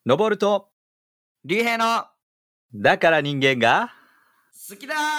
登ると、 竜兵のだから人間が、 好きだー。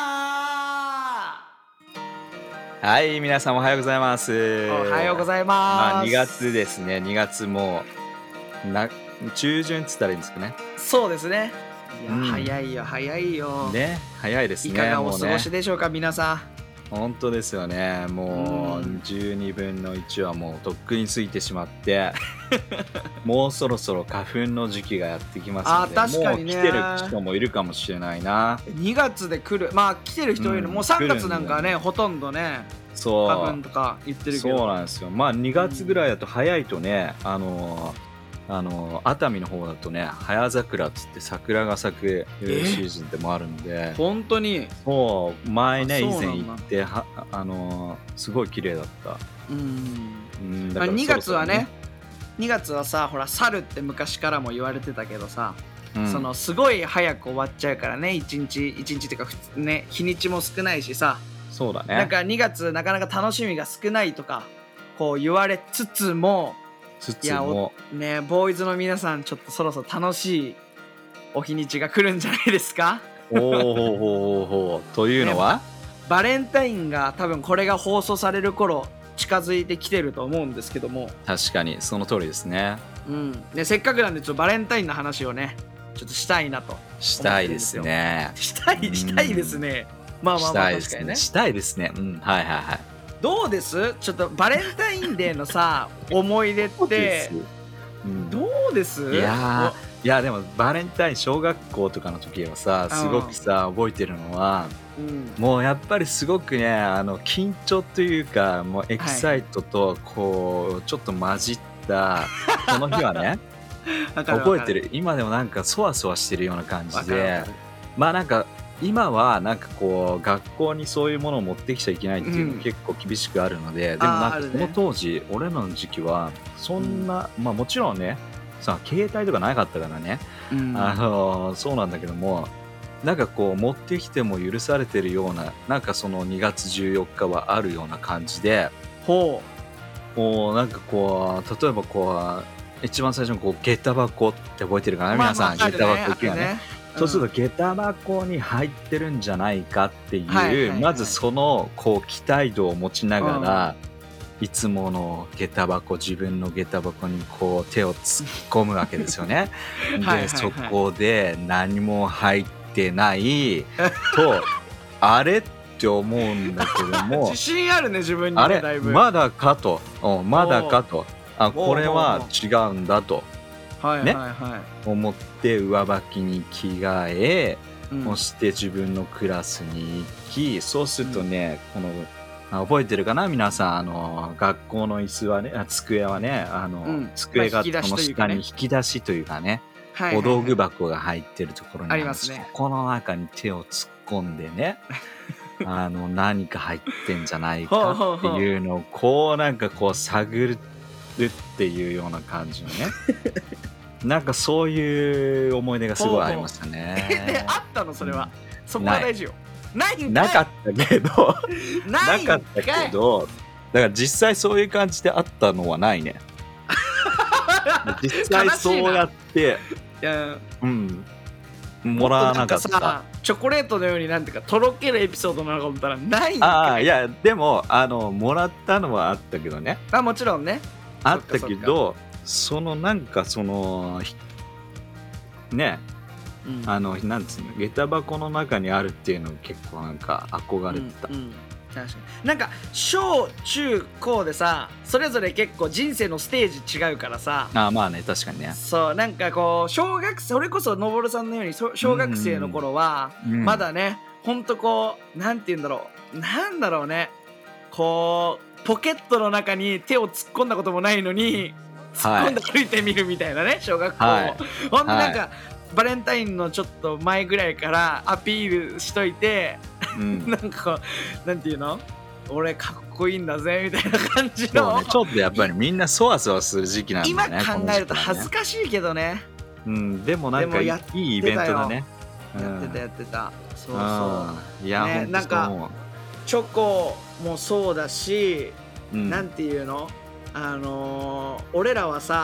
はい、皆さんおはようございます。 おはようございます。 2月ですね。2月も中旬っつったらいいんですかね。 そうですね。いや、 うん早いよ早いよ。 ね、早いですね。 いかがお過ごしもうね、 でしょうか、皆さ本当ですよね。もううん 12分の1はもうとっくに過ぎてしまって、もうそろそろ花粉の時期がやってきますので、 確かにねもう来てる人もいるかもしれないな。 ん。2月で来る。まあ来てる人よりもう3月なんかはね、ほとんどね、 そう。 花粉とか言ってるけそうど。 なんですよ。まあ2月ぐらいだと早いとね、熱海の方だとね、早桜っつって桜が咲くシーズンでもあるので、 本当に。 そう前ね以あそうなんだ前行ってすごい綺麗だった。だまあ、 から 2月はね、 そ 2月はさ、ほら猿って昔からも言われてたけどさ、 ろそろね、 そのすごい早く終わっちゃうからね、1日っていうかね、日にちも少ないしさ、 そうだね。 なんか2月なかなか楽しみが少ないとかこう言われつつも、 つつもね、ボーイズの皆さんちょっとそろそろ楽しいお日にちが来るんじゃないですか。 ほうというのは、 バレンタインが多分これが放送される頃近づいてきてると思うんですけども、 確かにその通りですね。 ね、せっかくなんでちょっとバレンタインの話をねちょっとしたいなと。 したいですね。 したいですね。まあまあまあ確かにね。 したいですね。はいはいはい。 どうです？ちょっとバレンタインデーのさ思い出ってどうです？ いやでもバレンタイン小学校とかの時はさ、すごくさ覚えてるのは、もうやっぱりすごくね緊張というか、もうエキサイトとこうちょっと混じったこの日はね覚えてる。今でもなんかそわそわしてるような感じで、まあなんか今はなんかこう学校にそういうものを持ってきちゃいけないっていうの結構厳しくあるので、でもなんかその当時俺らの時期はそんな、まあもちろんねさ携帯とかなかったからね、そうなんだけども、なんかこう持ってきても許されてるような、なんかその2月14日はあるような感じで、もうなんかこう例えばこう一番最初のこう下駄箱って覚えてるかな、皆さん。下駄箱行くよね。そうすると下駄箱に入ってるんじゃないかっていう、まずそのこう期待度を持ちながら、いつもの自分の下駄箱にこう手を突っ込むわけですよね。でそこで何も入ってないとあれって思うんだけども自信あるね自分にね。 あれだいぶまだかとこれは違うんだと思って上履きに着替え、そして自分のクラスに行き、そうするとね、この覚えてるかな皆さん、学校の椅子はね、机はね、机がこの下に引き出しというかね、お道具箱が入ってるところにありますね。そこの中に手を突っ込んでね何か入ってんじゃないかっていうのをこうなんかこう探るっていうような感じのねなんかそういう思い出がすごいありましたね。 であったのそれは、そこが大事よ。 なかったけどだから実際そういう感じであったのはないね。実際そうやってもらわなかった。 チョコレートのようになんていうかとろけるエピソードなのかと思ったらないんかい。 いやでももらったのはあったけどね。 もちろんねあったけど、そのなんかそのね、なんつうの、下駄箱の中にあるっていうの結構なんか憧れてた。 確かになんか小中高でさそれぞれ結構人生のステージ違うからさ、 まあね確かにね。 そうなんかこう小学生、それこそのぼるさんのように小学生の頃はまだね、ほんとこうなんて言うんだろう、なんだろうね、こうポケットの中に手を突っ込んだこともないのに突っ込んで歩いてみるみたいなね、小学校、ほんとなんか、バレンタインのちょっと前ぐらいからアピールしといて、なんかこうなんていうの、俺かっこいいんだぜみたいな感じの、 ちょっとやっぱりみんなそわそわする時期なんだね。 今考えると恥ずかしいけどね。 でもなんかいいイベントだね。 やってた。そうそう。 いや、 ね、なんかチョコもそうだし、なんていうの、俺らはさ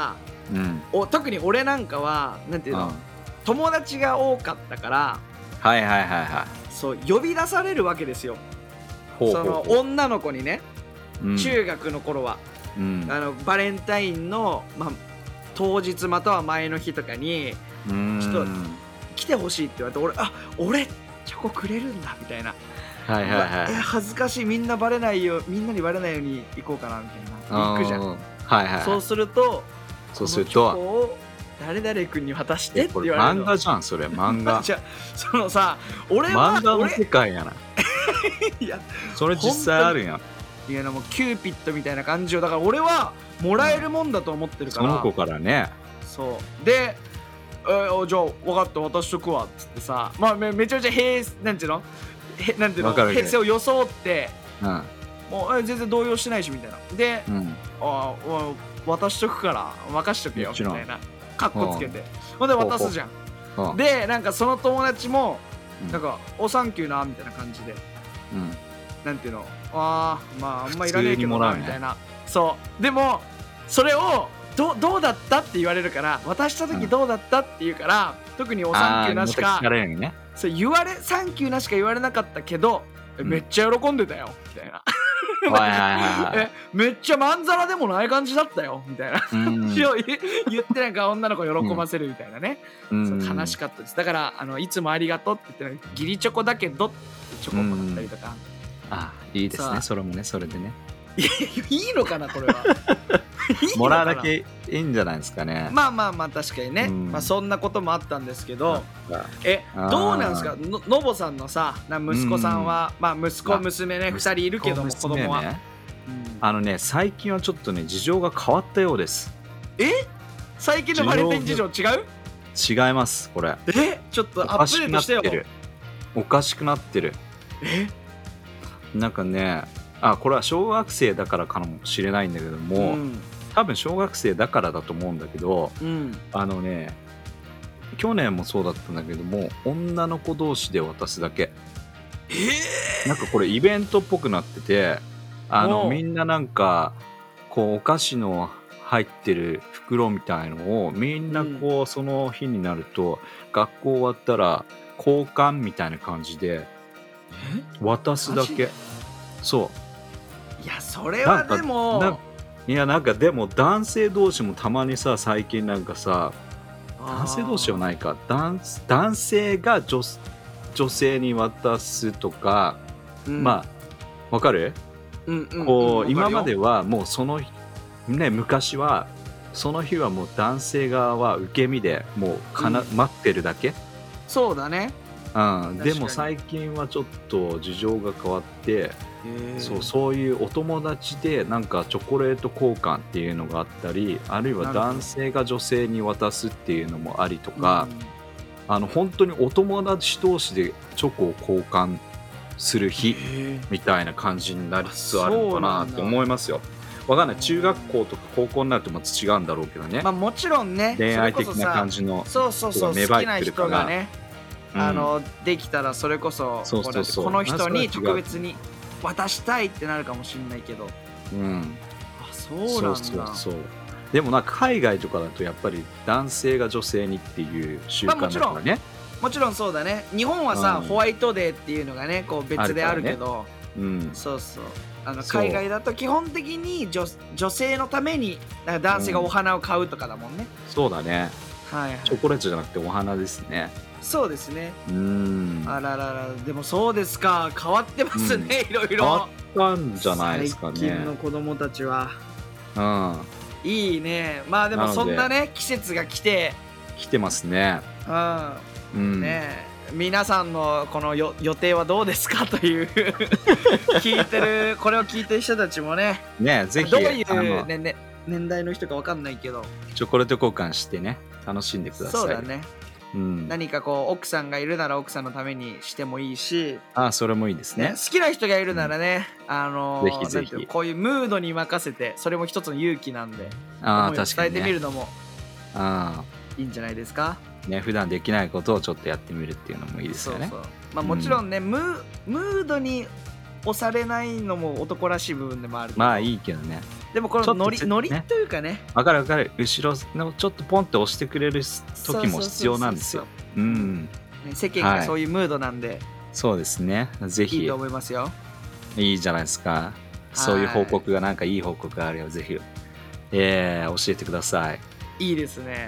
特に俺なんかはなんていうの、友達が多かったから、そう呼び出されるわけですよ。その女の子にね、中学の頃は、バレンタインの、当日または前の日とかにちょっと来てほしいって言われて、俺チョコくれるんだみたいな、恥ずかしい、みんなにバレないように行こうかなみたいな行くじゃん。そうするとチョコを誰々君に渡してって言われるの。 漫画じゃんそれ、漫画。 じゃそのさ、俺は漫画の世界やな。いやそれ実際あるやん。 いやもうキューピッドみたいな感じよ。だから俺はもらえるもんだと思ってるから、 その子からね。 そうで、じゃあ分かった渡しとくわっつってさ、めちゃめちゃなんていうの平成を装って、もう全然動揺してないしみたいなで、渡しとくから任しとけよみたいなカッコつけて、ほんで渡すじゃん。でなんかその友達もなんかおサンキューなみたいな感じで、なんていうの、あんまいらねえけどなみたいな。そうでもそれをどうだったって言われるから、渡した時どうだったって言うから、特におサンキューなしかそうサンキューなしか言われなかったけど、めっちゃ喜んでたよみたいな。めっちゃまんざらでもない感じだったよみたいな話を言って、なんか女の子を喜ばせるみたいなね。そう悲しかったです。だからいつもありがとうって言って、義理チョコだけどってチョコもらったりとか。 いいですね、それもね、それでね。 いいのかなこれは。 もらうだけいいんじゃないですかね。 確かにね、そんなこともあったんですけど、どうなんですか、のぼさんのさ息子さんは、息子娘ね2人いるけども、子供は最近はちょっとね事情が変わったようです。 最近のバレンタイン事情違う？ 違います、これ。 ちょっとアップデートしてよ。 おかしくなってる。なんかね、これは小学生だからかもしれないんだけども、多分小学生だからだと思うんだけど、去年もそうだったんだけども、女の子同士で渡すだけ。なんかこれイベントっぽくなってて、みんななんかこうお菓子の入ってる袋みたいのをみんなこう、その日になると学校終わったら交換みたいな感じで渡すだけ。 いやそれはでもなんかでも男性同士もたまにさ、最近なんかさ、男性同士はないか、男性が女性に渡すとか、わかる？こう今まではもうそのね、昔はその日はもう男性側は受け身でもう待ってるだけ。 そうだね。 でも最近はちょっと事情が変わって、そういうお友達でなんかチョコレート交換っていうのがあったり、あるいは男性が女性に渡すっていうのもありとか、本当にお友達同士でチョコを交換する日みたいな感じになりつつあるのかなって思いますよ。わかんない、中学校とか高校になるとまた違うんだろうけどね。 もちろんね、 恋愛的な感じの好きな人がね、できたらそれこそこの人に特別に渡したいってなるかもしれないけど、そうなんだ。 でもなんか海外とかだとやっぱり男性が女性にっていう習慣だからね。 もちろんそうだね。日本はさ、ホワイトデーっていうのがねこう別であるけど、海外だと基本的に女性のためになんか男性がお花を買うとかだもんね。 そうだね。チョコレートじゃなくてお花ですね。 そうですね。あららら、でもそうですか、変わってますね、いろいろ。 変わったんじゃないですかね。 最近の子供たちは。いいね。でもそんなね季節が来てますね。 ね、皆さんのこの予定はどうですかというこれを聞いてる人たちもね、ぜひどういう年代の人か分かんないけど、 チョコレート交換してね楽しんでください。 そうだね。何かこう奥さんがいるなら奥さんのためにしてもいいし、 それもいいですね。 好きな人がいるならね、 ぜひぜひこういうムードに任せて、それも一つの勇気なんで、 確かに伝えてみるのもいいんじゃないですかね。普段できないことをちょっとやってみるっていうのもいいですよね。 もちろんね、ムードに押されないのも男らしい部分でもあるけど、 いいけどね。 でもこのノリね、 というかね、 わかるわかる。後ろのちょっとポンって押してくれる時も必要なんですよ。うん。 世間がそういうムードなんで、 そうですね。ぜひ。 いいと思いますよ。 いいじゃないですか。そういう報告がなんかいい報告があればぜひ、教えてください。 いいですね。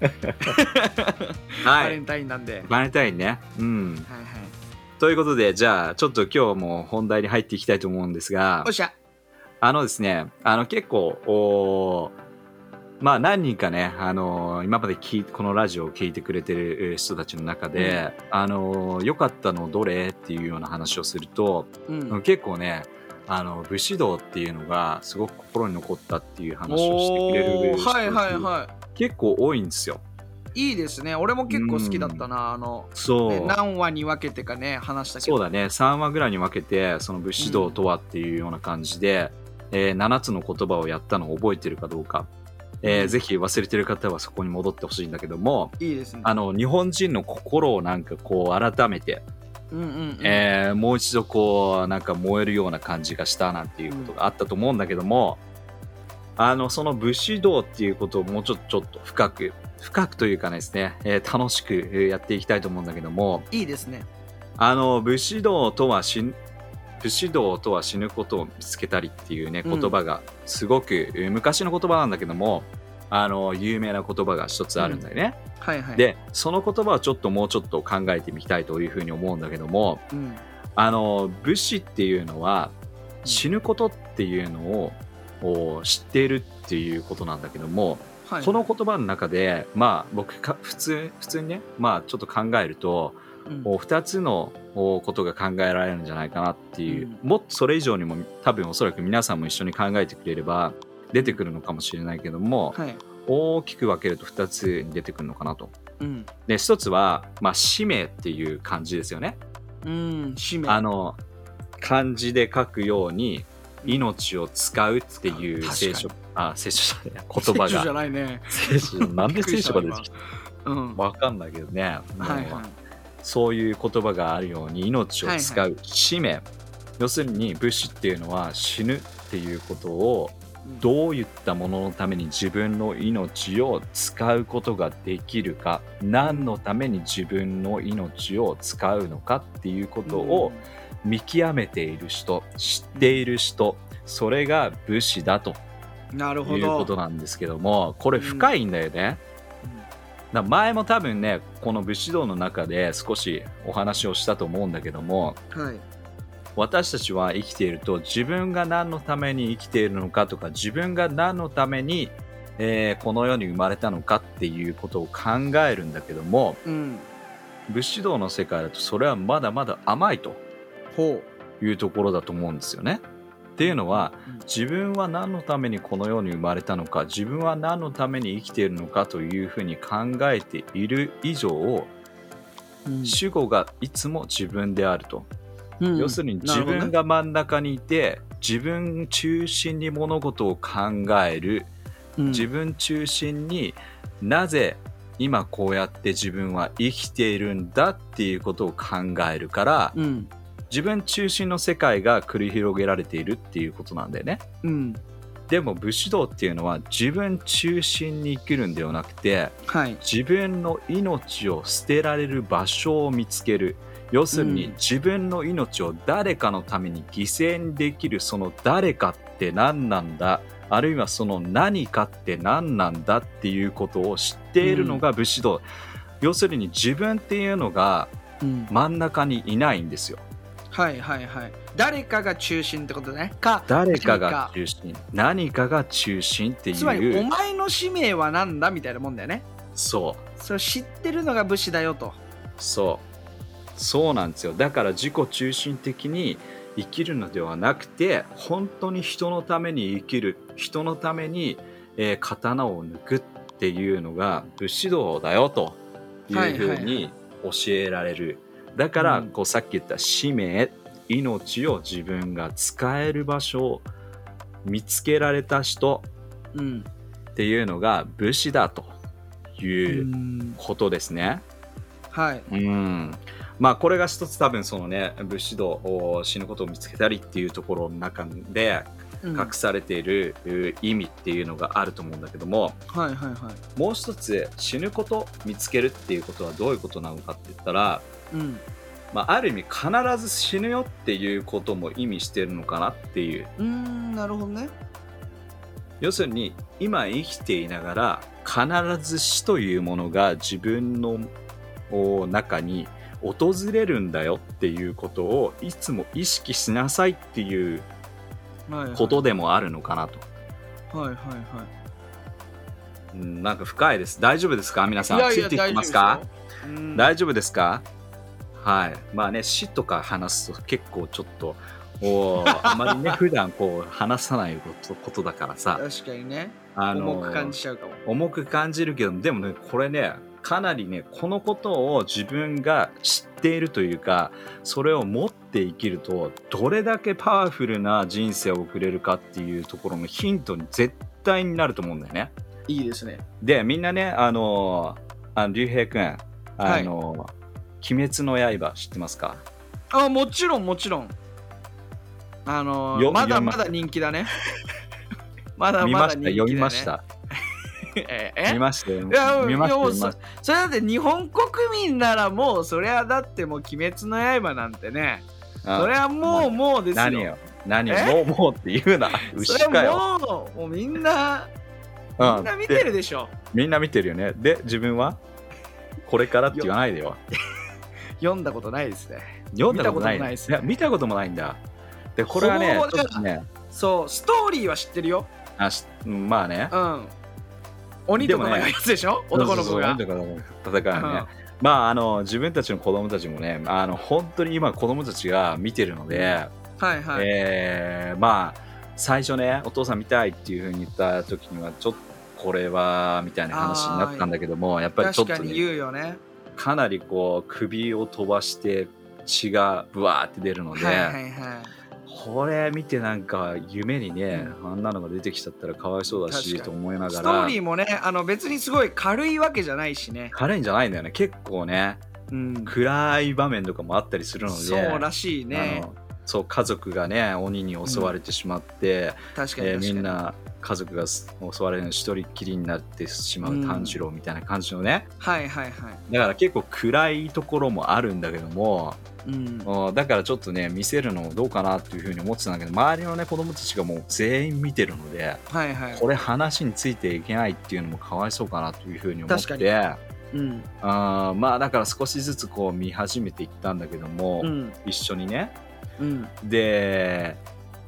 はい。 バレンタインなんで。 バレンタインね。うん。 はいはい。 ということで、じゃあちょっと今日も本題に入っていきたいと思うんですが、 おっしゃ。 ですね、結構まあ何人かね、今までこのラジオを聞いてくれてる人たちの中で、良かったのどれっていうような話をすると、結構ね、武士道っていうのがすごく心に残ったっていう話をしてくれる人が結構多いんですよ。 いいですね。俺も結構好きだったな。 そう、 ね、何話に分けてかね話したけど。 そうだね。3話ぐらいに分けてその武士道とはっていうような感じで、7つの言葉をやったのを覚えてるかどうか、ぜひ忘れてる方はそこに戻ってほしいんだけども、 いいですね。 日本人の心をなんかこう改めて、もう一度こうなんか燃えるような感じがしたなんていうことがあったと思うんだけども、その武士道っていうことをもうちょっと深くというかですね、楽しくやっていきたいと思うんだけども、 いいですね。 武士道とは死ぬことを見つけたりっていうね言葉がすごく昔の言葉なんだけども、有名な言葉が一つあるんだよね。でその言葉をもうちょっと考えてみたいというふうに思うんだけども、武士っていうのは死ぬことっていうのを知っているっていうことなんだけども、この言葉の中でまあ僕普通にね、まあちょっと考えると、2つのことが考えられるんじゃないかなっていう、もっとそれ以上にも多分おそらく皆さんも一緒に考えてくれれば出てくるのかもしれないけども、大きく分けると2つに出てくるのかなと。で1つは、まあ、使命っていう漢字ですよね。 使命。 漢字で書くように命を使うっていう聖書じゃない言葉が。聖書じゃないね。なんで聖書が出てきたわかんないけどね。そういう言葉があるように命を使う使命、要するに武士っていうのは死ぬっていうことをどういったもののために自分の命を使うことができるか、何のために自分の命を使うのかっていうことを見極めている人、知っている人、それが武士だということなんですけども、これ深いんだよね。前も多分ねこの武士道の中で少しお話をしたと思うんだけども、私たちは生きていると自分が何のために生きているのかとか、自分が何のために、この世に生まれたのかっていうことを考えるんだけども、武士道の世界だとそれはまだまだ甘いというところだと思うんですよね。っていうのは、自分は何のためにこの世に生まれたのか、自分は何のために生きているのかというふうに考えている以上、主語がいつも自分であると。要するに自分が真ん中にいて、自分中心に物事を考える、自分中心になぜ今こうやって自分は生きているんだっていうことを考えるから、自分中心の世界が繰り広げられているっていうことなんだよね。でも武士道っていうのは自分中心に生きるんではなくて、自分の命を捨てられる場所を見つける。要するに、自分の命を誰かのために犠牲にできる、その誰かって何なんだ、あるいはその何かって何なんだっていうことを知っているのが武士道。要するに自分っていうのが真ん中にいないんですよ。誰かが中心ってことね。誰かが中心、何かが中心っていう。 つまりお前の使命は何だみたいなもんだよね。 それ知ってるのが武士だよと。 そうなんですよ。だから自己中心的に生きるのではなくて、本当に人のために生きる、人のために、刀を抜くっていうのが武士道だよというふうに教えられる。だからこうさっき言った使命、命を自分が使える場所を見つけられた人っていうのが武士だということですね。まあこれが一つ多分そのね武士道を死ぬことを見つけたりっていうところの中で隠されている意味っていうのがあると思うんだけども、 はいはいはい。 もう一つ死ぬこと見つけるっていうことはどういうことなのかって言ったら、 うん。 ある意味必ず死ぬよっていうことも意味してるのかなっていう。 なるほどね。 要するに今生きていながら必ず死というものが自分の中に訪れるんだよっていうことをいつも意識しなさいっていうはいはい。 ことでもあるのかなと。 はいはいはい。 なんか深いです。大丈夫ですか皆さん。 いやいや、 ついていき大丈夫ですますか？ よ。 大丈夫ですか？はい。まあね、死とか話すと結構ちょっとあまりね普段こう話さないことだからさ、 確かにね。 あ重く感のじちゃうかも。 重く感じるけど、でもねこれねかなりねこのことを自分が知っているというか、それを持って生きるとどれだけパワフルな人生を送れるかっていうところのヒントに絶対になると思うんだよね。 いいですね。 でみんなね竜兵くんはい。 鬼滅の刃知ってますか？ もちろんもちろん。まだまだ人気だね。まだまだ人気だね。 読みました。見ましたよ。 いや、 見ましたもう見ました。 それだって日本国民ならもうそれはだってもう鬼滅の刃なんてね、それはもうですよ。 何をもうって言うな。 それはもうみんな見てるでしょ。 みんな見てるよね。で自分はこれからって言わないでよ。 読んだことないですね。 読んだことないですね。 見たこともないんだ。でこれはね、ちょっとね、 そうストーリーは知ってるよ。 まあね。 鬼と戦うやつでしょ、男の子が。 鬼と戦うね。自分たちの子供たちもね、本当に今子供たちが見てるので、 はいはい。 最初ねお父さん見たいっていう風に言った時にはちょっとこれはみたいな話になったんだけども、やっぱりちょっと、ね、 確かに言うよね。 かなりこう首を飛ばして血がブワーって出るので、これ見てなんか夢にね、あんなのが出てきちゃったらかわいそうだしと思いながら、 ストーリーもね別にすごい軽いわけじゃないしね。 軽いんじゃないんだよね。結構ね、暗い場面とかもあったりするので、 そうらしいね。 そう家族がね鬼に襲われてしまって、みんな家族が襲われるの一人っきりになってしまう炭治郎みたいな感じのね、だから結構暗いところもあるんだけども、だからちょっとね見せるのどうかなっていうふうに思ってたんだけど、周りのね子供たちがもう全員見てるので、これ話についていけないっていうのもかわいそうかなというふうに思って、だから少しずつこう見始めていったんだけども、一緒にね。で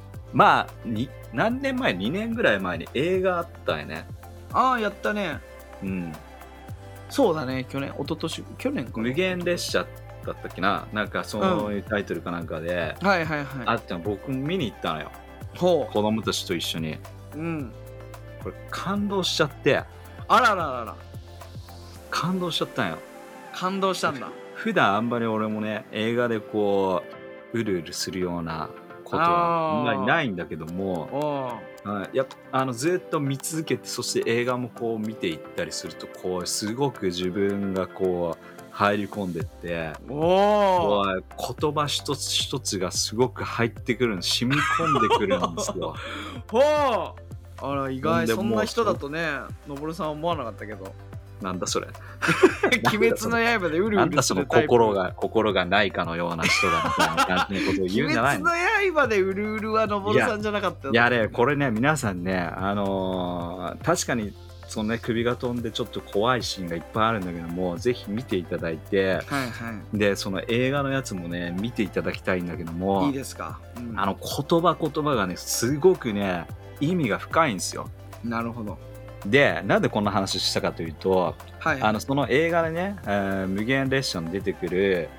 何年前2年ぐらい前に映画あったよね。 やったね。そうだね。去年一昨年去年か。 無限列車だったっけな、なんかそういうタイトルかなんかで、あったの。僕見に行ったのよ、子供たちと一緒に。これ感動しちゃって。 あらららら。 感動しちゃったんよ。 感動したんだ。 普段あんまり俺もね映画でこううるうるするようなことはあんまりないんだけども、ずっと見続けて、そして映画もこう見ていったりすると、こうすごく自分がこう入り込んでって、言葉一つ一つがすごく入ってくるの、染み込んでくるんですよ。 あら意外。そんな人だとねのぼるさんは思わなかったけど。 なんだそれ。 鬼滅の刃でうるうるするタイプ。 心がないかのような人だみたいな感じのことを言うんじゃないの。 鬼滅の刃でうるうるはのぼるさんじゃなかったよ。 いやね、これね皆さんね、確かにそのね首が飛んでちょっと怖いシーンがいっぱいあるんだけども、ぜひ見ていただいて、でその映画のやつもね見ていただきたいんだけども、 いいですか。 言葉がねすごくね意味が深いんですよ。 なるほど。 でなんでこんな話したかというと、その映画でね、無限列車に出てくる、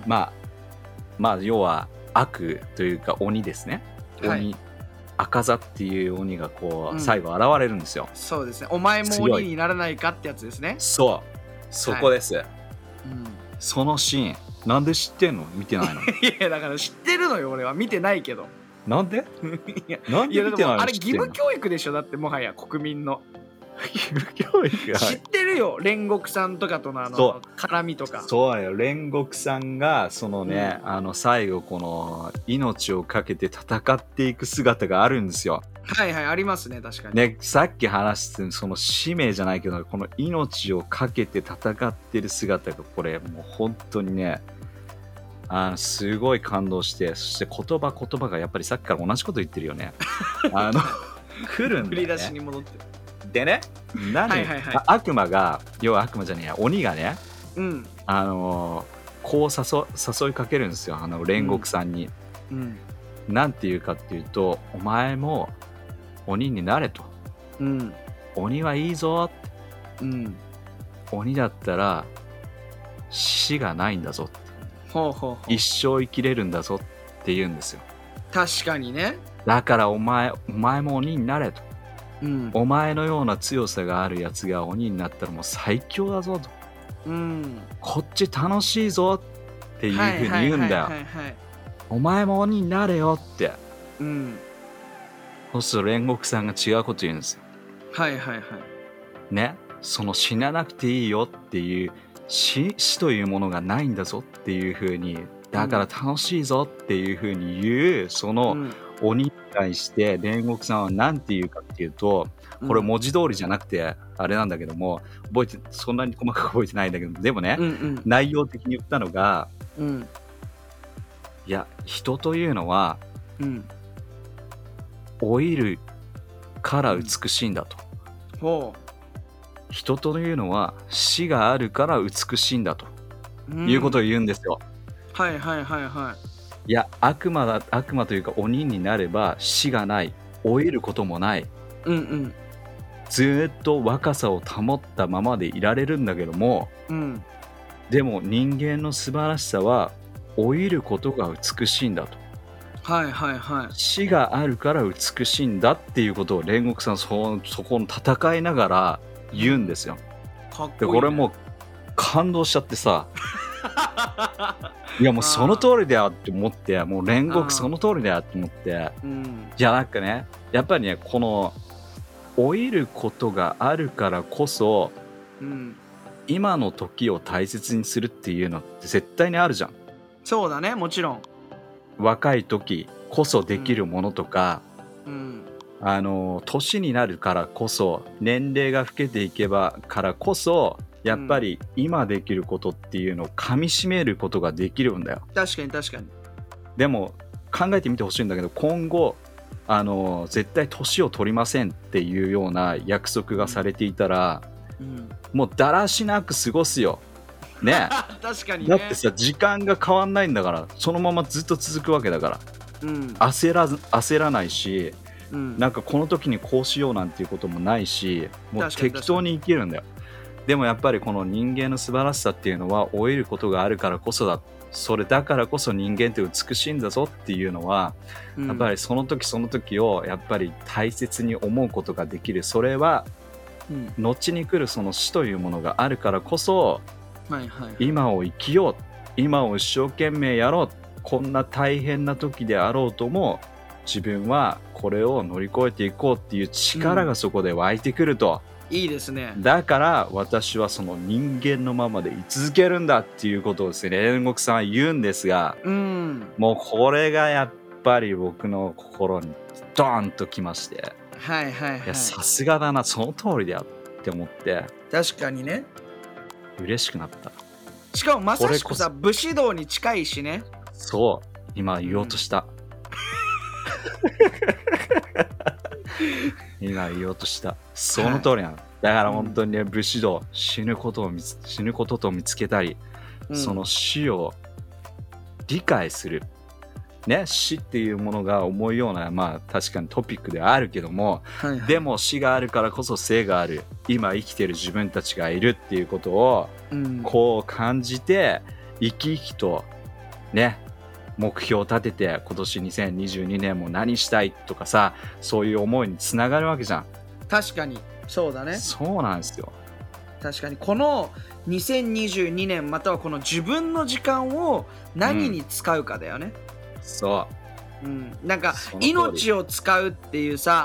要は悪というか鬼ですね。鬼、赤座っていう鬼がこう、最後現れるんですよ。 そうですね。お前も鬼にならないかってやつですね。 そこです。そのシーンなんで知ってんの？見てないの？ いやだから知ってるのよ、俺は。見てないけど。 なんで？なんで見てないの？ あれ義務教育でしょ、だってもはや国民の。 義務教育が知ってるよ、煉獄さんとかとの絡みとか。 そうよ、煉獄さんがそのね、最後この命をかけて戦っていく姿があるんですよ。 はいはい、ありますね、確かに。 ね、さっき話してその使命じゃないけど、この命をかけて戦ってる姿がこれもう本当にね、すごい感動して、そして言葉がやっぱりさっきから同じこと言ってるよね。来るんだよね。 振り出しに戻ってる。 でね、悪魔が、要は悪魔じゃねえや、鬼がね、こう誘いかけるんですよ、煉獄さんに。なんて言うかっていうと、お前も鬼になれと。鬼はいいぞって。鬼だったら死がないんだぞって。一生生きれるんだぞって言うんですよ。 確かにね。 だからお前も鬼になれと。お前のような強さがあるやつが鬼になったらもう最強だぞと。こっち楽しいぞっていうふうに言うんだよ。お前も鬼になれよって。そうすると煉獄さんが違うこと言うんですよ。ね、その死ななくていいよっていう死というものがないんだぞっていうふうに、だから楽しいぞっていうふうに言う、その鬼に対して煉獄さんは何て言うかっていうと、これ文字通りじゃなくてあれなんだけども、そんなに細かく覚えてないんだけど、でもね、内容的に言ったのが、いや人というのは、老いるから美しいんだと。人というのは死があるから美しいんだと、いうことを言うんですよ。いや、悪魔というか鬼になれば死がない、老いることもない、ずっと若さを保ったままでいられるんだけども、でも人間の素晴らしさは老いることが美しいんだと。死があるから美しいんだっていうことを煉獄さんそこの戦いながら言うんですよ。 かっこいいね。 でこれもう感動しちゃってさいやもうその通りだよって思って、もう煉獄その通りだよって思って、いやなんかね、やっぱりね、この老いることがあるからこそ、今の時を大切にするっていうのって絶対にあるじゃん。 そうだね、もちろん。 若い時こそできるものとか、年になるからこそ、年齢が老けていけばからこそ、やっぱり今できることっていうのを噛み締めることができるんだよ。 確かに。 でも考えてみてほしいんだけど、今後絶対年を取りませんっていうような約束がされていたら、もうだらしなく過ごすよね。 確かにね。 だってさ、時間が変わんないんだから、そのままずっと続くわけだから、焦らないし、なんかこの時にこうしようなんていうこともないし、もう適当に生きるんだよ。でもやっぱりこの人間の素晴らしさっていうのは老いることがあるからこそだ。それだからこそ人間って美しいんだぞっていうのは、やっぱりその時その時をやっぱり大切に思うことができる。それは、後に来るその死というものがあるからこそ、今を生きよう、今を一生懸命やろう、こんな大変な時であろうとも自分はこれを乗り越えていこうっていう力がそこで湧いてくると。 いいですね。 だから私はその人間のままで居続けるんだっていうことをですね、煉獄さんは言うんですが、もうこれがやっぱり僕の心にドーンときまして、いやさすがだな、その通りだよって思って、 確かにね、 嬉しくなった。 しかもまさしくさ、武士道に近いしね。 そう今言おうとした、今言おうとした。その通りなの、だから本当にね、武士道、死ぬことと見つけたり、その死を理解するね、死っていうものが思うような、まあ確かにトピックではあるけども、でも死があるからこそ生がある、今生きてる自分たちがいるっていうことを、こう感じて生き生きとね、目標を立てて今年2022年も何したいとかさ、そういう思いにつながるわけじゃん。 確かにそうだね。 そうなんですよ。 確かにこの2022年またはこの自分の時間を何に使うかだよね。 そう、 なんか命を使うっていうさ、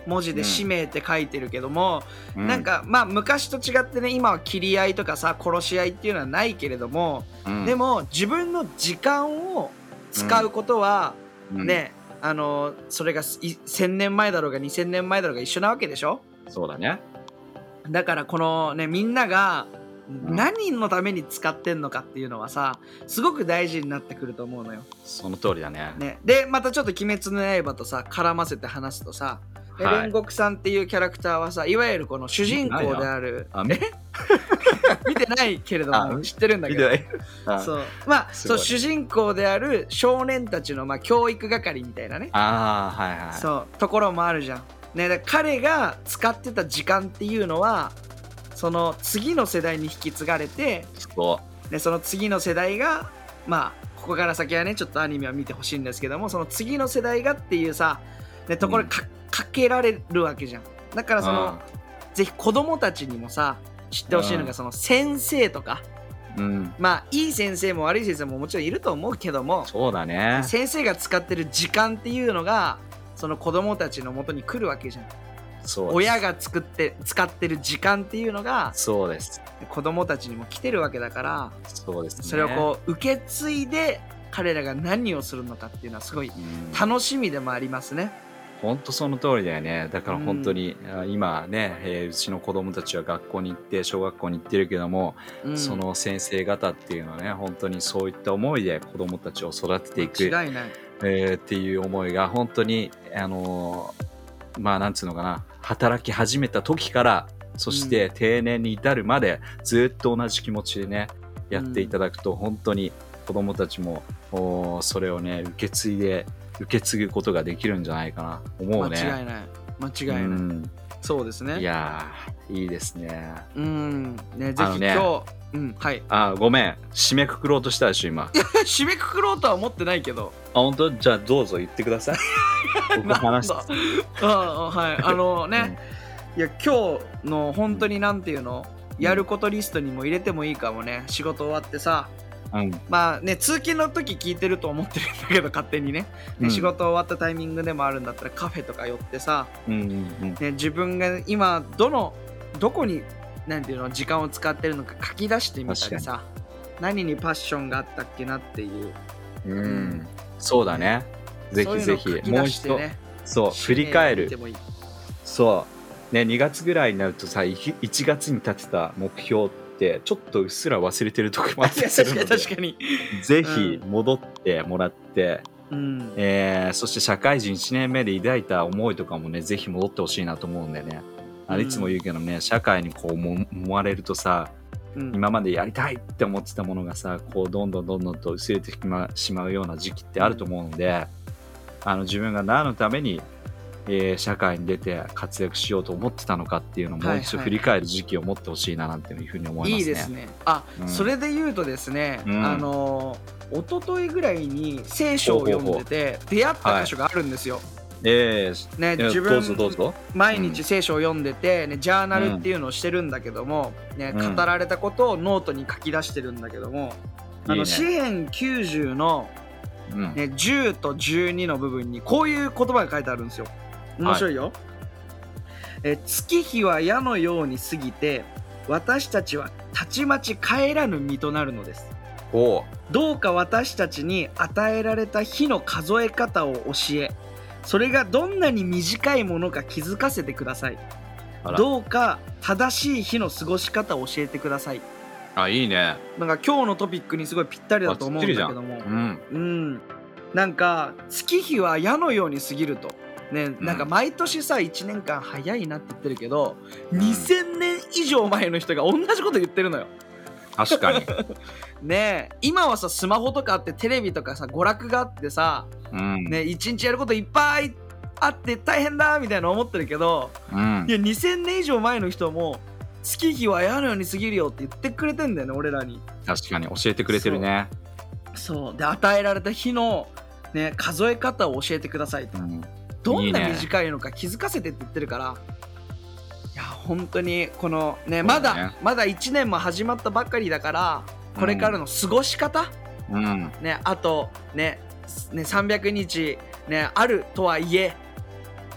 文字で使命って書いてるけども、なんかまあ昔と違ってね、今は切り合いとかさ殺し合いっていうのはないけれども、でも自分の時間を使うことはね、それが1000年前だろうが2000年前だろうが一緒なわけでしょ。 そうだね。 だからこのね、みんなが何のために使ってんのかっていうのはさ、すごく大事になってくると思うのよ。 その通りだね。 でまたちょっと「鬼滅の刃」とさ絡ませて話すとさ、煉獄さんっていうキャラクターはさ、いわゆるこの主人公である見てないけれども知ってるんだけど、そうまあそう主人公である少年たちのまあ教育係みたいなね、そうところもあるじゃん。ね、だから彼が使ってた時間っていうのはその次の世代に引き継がれて、でその次の世代がまあここから先はねちょっとアニメを見てほしいんですけども、その次の世代がっていうさ、ね、ところかけられるわけじゃん。だからそのぜひ子供たちにもさ知ってほしいのが、その先生とか、まあいい先生も悪い先生ももちろんいると思うけども、 そうだね、 先生が使ってる時間っていうのがその子供たちの元に来るわけじゃん。親が使ってる時間っていうのがそうです子供たちにも来てるわけだから、 そうですね、 それをこう受け継いで彼らが何をするのかっていうのはすごい楽しみでもありますね。 本当その通りだよね。だから本当に、今ね、うちの子供たちは学校に行って小学校に行ってるけども、その先生方っていうのはね、本当にそういった思いで子供たちを育てていく、 違いない、 っていう思いが本当にまあなんつうのかな、働き始めた時からそして定年に至るまでずっと同じ気持ちでねやっていただくと、本当に子供たちもそれをね受け継ぐことができるんじゃないかな思うね。 間違いない、そうですね。 いやいいですね。 ね、ぜひ今日、はい。 ごめん、締めくくろうとしたでしょ今。 いや締めくくろうとは思ってないけど。 本当？じゃあどうぞ言ってください。僕話す。 はい、ね、いや今日の本当になんていうの、やることリストにも入れてもいいかもね。仕事終わってさ、まあね通勤の時聞いてると思ってるんだけど勝手にね、仕事終わったタイミングでもあるんだったらカフェとか寄ってさ、自分が今どこになんていうの時間を使ってるのか書き出してみたりさ、何にパッションがあったっけなっていう、 そうだね、ぜひぜひもう一度そう振り返る。そうね、2月ぐらいになるとさ1月に立てた目標ってちょっとうっすら忘れてるとこもあったりするので確かにぜひ戻ってもらって、そして社会人1年目で抱いた思いとかもねぜひ戻ってほしいなと思うんだよね。いつも言うけどね、社会にこう思われるとさ、今までやりたいって思ってたものがさこうどんどんと薄れてしまうような時期ってあると思うので、自分が何のために社会に出て活躍しようと思ってたのかっていうのをもう一度振り返る時期を持ってほしいななんていうふうに思いますね。 いいですね。それで言うとですね、一昨日ぐらいに聖書を読んでて出会った箇所があるんですよ。自分どうぞ毎日聖書を読んでて、ジャーナルっていうのをしてるんだけども、語られたことをノートに書き出してるんだけども、詩編90の、10と12の部分にこういう言葉が書いてあるんですよ。面白いよ。月日は矢のように過ぎて私たちはたちまち帰らぬ身となるのです。どうか私たちに与えられた日の数え方を教え、それがどんなに短いものか気づかせてください。どうか正しい日の過ごし方を教えてください。 いいね。 なんか今日のトピックにすごいぴったりだと思うんだけども、なんか月日は矢のように過ぎるとね、なんか毎年さ1年間早いなって言ってるけど、2000年以上前の人が同じこと言ってるのよ。 確かにねえ、今はさスマホとかあってテレビとかさ娯楽があってさ、一日やることいっぱいあって大変だみたいな思ってるけど、いや2000年以上前の人も月日は矢のように過ぎるよって言ってくれてんだよね、俺らに。 確かに教えてくれてるね。 そうで与えられた日の、数え方を教えてくださいと、どんな短いのか気づかせてって言ってるから、いや本当にこのねまだ1年も始まったばっかりだから、これからの過ごし方、あとね300日あるとはいえ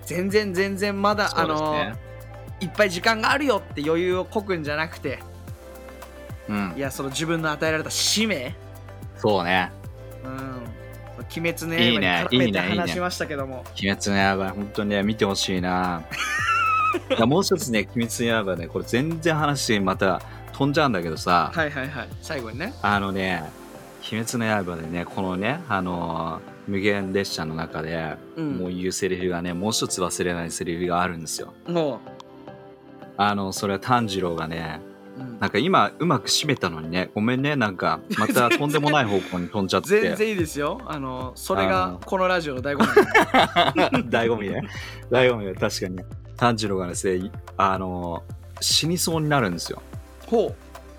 全然まだ、 そうですね。 いっぱい時間があるよって余裕をこくんじゃなくて、 うんい。や、その自分の与えられた使命、 そうね。 うん、鬼滅の刃にいいね、 絡めていいね、いいね。 話しましたけども、 鬼滅の刃、本当にね、見てほしいな。いやもう一つね、鬼滅の刃ね、これ全然話また飛んじゃうんだけどさ、 はいはいはい、最後にね、 鬼滅の刃でね、このね、無限列車の中で、もう言うセリフがね、もう一つ忘れないセリフがあるんですよ。 もそれは炭治郎がね、 う、 なんか今うまく締めたのにね、ごめんね、なんかまたとんでもない方向に飛んじゃって。 全然いいですよ。それがこのラジオの醍醐味。 醍醐味ね。醍醐味ね、確かにね。炭治郎がですね、死にそうになるんですよ。 ほ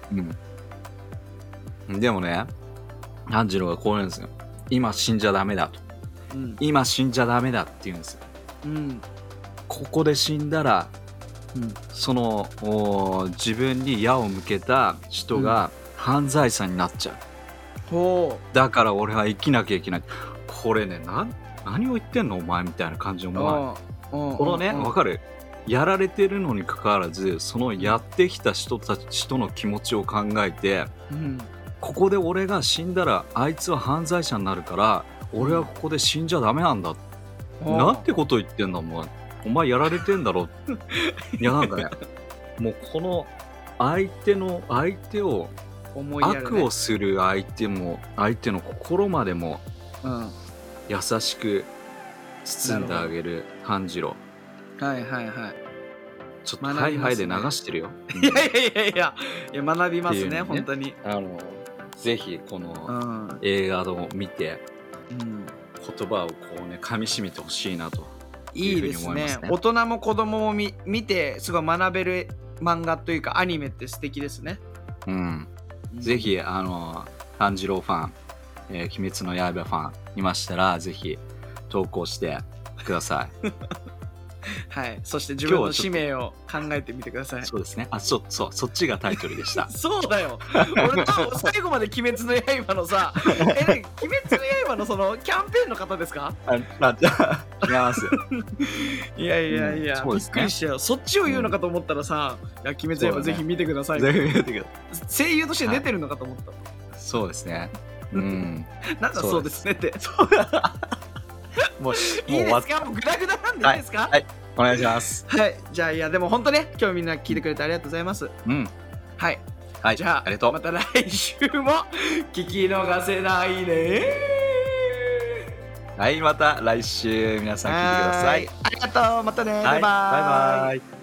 うん。でもね、炭治郎がこう言うんですよ。今死んじゃダメだと。 う。うん。 今死んじゃダメだって言うんですよ。 うん。 ここで死んだら、 うんその自分に矢を向けた人が犯罪者になっちゃう。 ほだから俺は生きなきゃいけない。これね、何を言ってんのお前みたいな感じの思わない。このね、わかる？やられてるのにかかわらず、そのやってきた人たちとの気持ちを考えて、 う。うん。 ここで俺が死んだらあいつは犯罪者になるから、俺はここで死んじゃダメなんだ。なんてこと言ってんだお前やられてんだろ。いやなんかね、もうこの相手を思いやるね。 悪をする相手の心までもうん。 優しく包んであげる炭治郎。 はいはいはい。 ちょっとハイハイで流してるよ。 いや学びますね、本当に。 ぜひこの映画を見て、言葉をこうね噛み締めてほしいなといいですね。大人も子供も見てすごい学べる漫画というかアニメって素敵ですね。 ぜひ炭治郎ファン、鬼滅の刃ファンいましたらぜひ投稿してください。 はい、そして自分の使命を考えてみてください。 そうですね。そっちがタイトルでした。 そうだよ。俺と最後まで鬼滅の刃のさ、鬼滅の刃のそのキャンペーンの方ですか？ 違います。 いや、びっくりしたよ。そっちを言うのかと思ったらさ、鬼滅の刃ぜひ見てください。 ぜひ見てください。 声優として出てるのかと思った。 そうですね。 なんだそうですねって。 もういいですか？もうグダグダなんでいいですか？ はい、お願いします。 はい、じゃあでも本当ね、今日みんな聞いてくれてありがとうございます。はい、じゃあありがとう。 また来週も聞き逃せないね。 はい、また来週皆さん聞いてください。 ありがとう。またね。バイバイ。 バイバイ。